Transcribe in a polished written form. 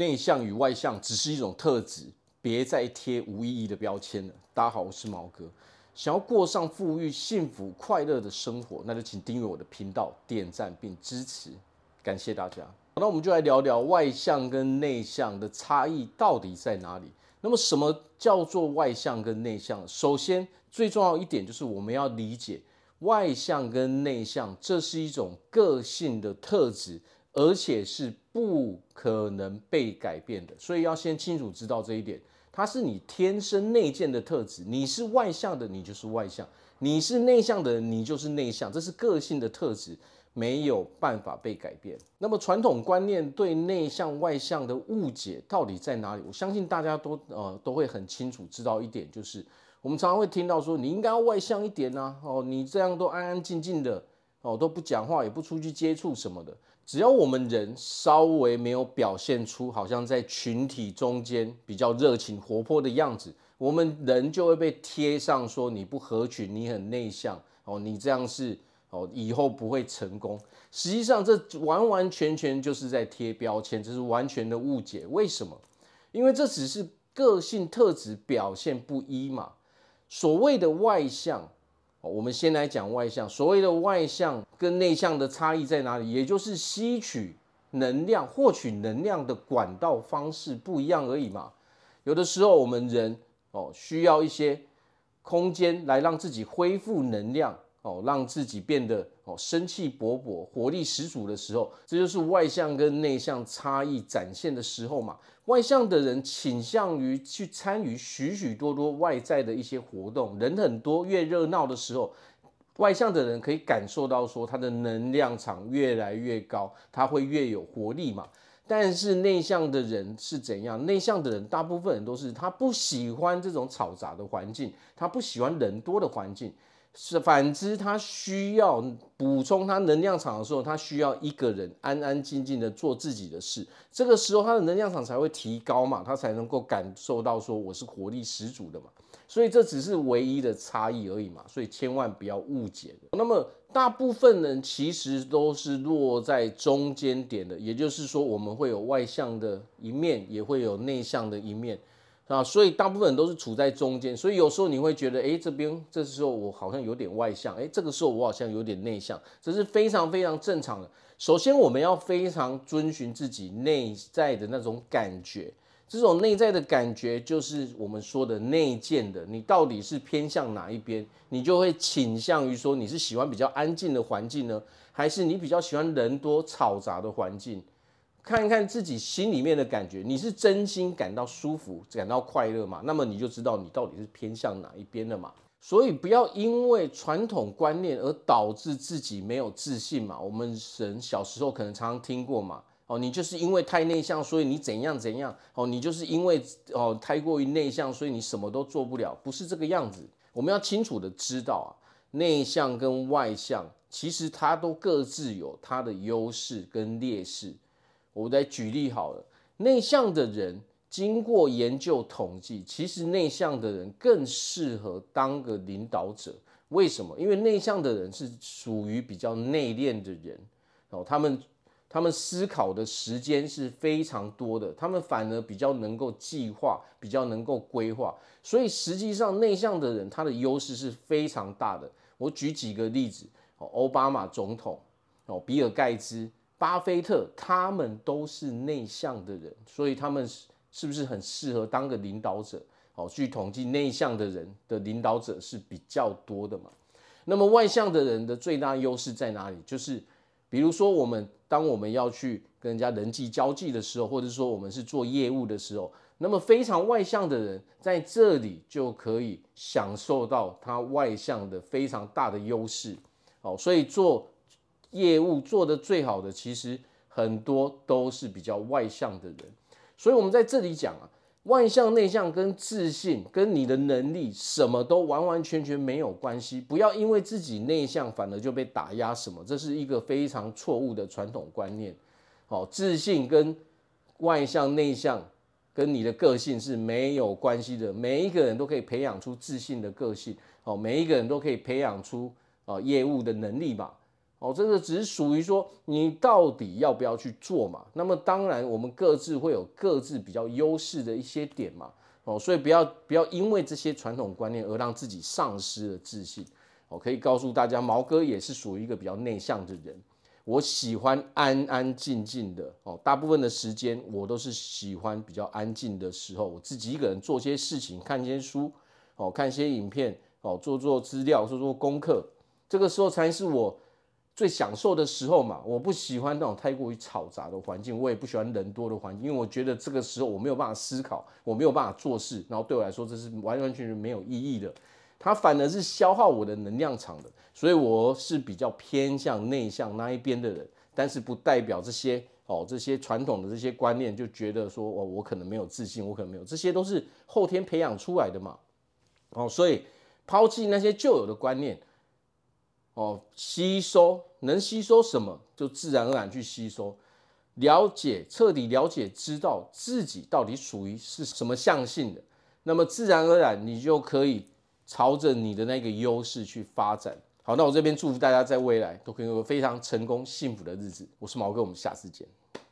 内向与外向只是一种特质，别再贴无意义的标签了。大家好，我是毛哥。想要过上富裕、幸福、快乐的生活，那就请订阅我的频道、点赞并支持，感谢大家。那我们就来聊聊外向跟内向的差异到底在哪里？那么，什么叫做外向跟内向？首先，最重要一点就是我们要理解外向跟内向，这是一种个性的特质。而且是不可能被改变的，所以要先清楚知道这一点，它是你天生内建的特质。你是外向的，你就是外向；你是内向的人，你就是内向。这是个性的特质，没有办法被改变。那么传统观念对内向外向的误解到底在哪里？我相信大家都会很清楚知道一点，就是我们常常会听到说，你应该要外向一点啊，你这样都安安静静的，都不讲话，也不出去接触什么的。只要我们人稍微没有表现出好像在群体中间比较热情活泼的样子，我们人就会被贴上说你不合群，你很内向，你这样是以后不会成功。实际上这完完全全就是在贴标签，这是完全的误解。为什么？因为这只是个性特质表现不一嘛。所谓的外向，我们先来讲外向。所谓的外向跟内向的差异在哪里？也就是吸取能量、获取能量的管道方式不一样而已嘛。有的时候我们人需要一些空间来让自己恢复能量，让自己变得生气勃勃、活力十足的时候，这就是外向跟内向差异展现的时候嘛。外向的人倾向于去参与许许多多外在的一些活动，人很多越热闹的时候，外向的人可以感受到说他的能量场越来越高，他会越有活力嘛。但是内向的人是怎样？内向的人大部分人都是他不喜欢这种嘈杂的环境，他不喜欢人多的环境。反之，他需要补充他能量场的时候，他需要一个人安安静静的做自己的事。这个时候，他的能量场才会提高嘛，他才能够感受到说我是活力十足的嘛。所以这只是唯一的差异而已嘛，所以千万不要误解。那么大部分人其实都是落在中间点的，也就是说，我们会有外向的一面，也会有内向的一面。所以大部分人都是处在中间，所以有时候你会觉得，这时候我好像有点外向，这个时候我好像有点内向，这是非常非常正常的。首先，我们要非常遵循自己内在的那种感觉，这种内在的感觉就是我们说的内建的。你到底是偏向哪一边，你就会倾向于说你是喜欢比较安静的环境呢，还是你比较喜欢人多嘈杂的环境？看一看自己心里面的感觉，你是真心感到舒服、感到快乐嘛？那么你就知道你到底是偏向哪一边了嘛。所以不要因为传统观念而导致自己没有自信嘛。我们人小时候可能常常听过嘛，你就是因为太内向，所以你怎样怎样，你就是因为太过于内向，所以你什么都做不了，不是这个样子。我们要清楚的知道内向跟外向其实它都各自有它的优势跟劣势。我来举例好了，内向的人经过研究统计，其实内向的人更适合当个领导者。为什么？因为内向的人是属于比较内敛的人，他们思考的时间是非常多的，他们反而比较能够计划，比较能够规划。所以实际上内向的人他的优势是非常大的。我举几个例子，奥巴马总统，比尔盖茨。巴菲特他们都是内向的人，所以他们是不是很适合当个领导者？据统计，内向的人的领导者是比较多的嘛。那么外向的人的最大优势在哪里？就是比如说当我们要去跟人家人际交际的时候，或者说我们是做业务的时候，那么非常外向的人在这里就可以享受到他外向的非常大的优势。所以做业务做得最好的，其实很多都是比较外向的人。所以我们在这里讲外向内向跟自信跟你的能力什么都完完全全没有关系。不要因为自己内向反而就被打压什么，这是一个非常错误的传统观念。自信跟外向内向跟你的个性是没有关系的，每一个人都可以培养出自信的个性，每一个人都可以培养出业务的能力嘛。 这个只是属于说你到底要不要去做嘛。那么当然，我们各自会有各自比较优势的一些点嘛。所以不要因为这些传统观念而让自己丧失了自信。可以告诉大家，毛哥也是属于一个比较内向的人。我喜欢安安静静的大部分的时间我都是喜欢比较安静的时候，我自己一个人做些事情，看些书看些影片做资料，做功课，这个时候才是我最享受的时候嘛。我不喜欢那种太过于嘈杂的环境，我也不喜欢人多的环境，因为我觉得这个时候我没有办法思考，我没有办法做事，然后对我来说这是完完全全没有意义的，它反而是消耗我的能量场的。所以我是比较偏向内向那一边的人，但是不代表这些传统的这些观念就觉得说我可能没有自信，我可能没有，这些都是后天培养出来的嘛。所以抛弃那些旧有的观念，吸收能吸收什么就自然而然去吸收，彻底了解知道自己到底属于是什么相性的，那么自然而然你就可以朝着你的那个优势去发展。好，那我这边祝福大家在未来都可以有个非常成功幸福的日子。我是毛哥，我们下次见。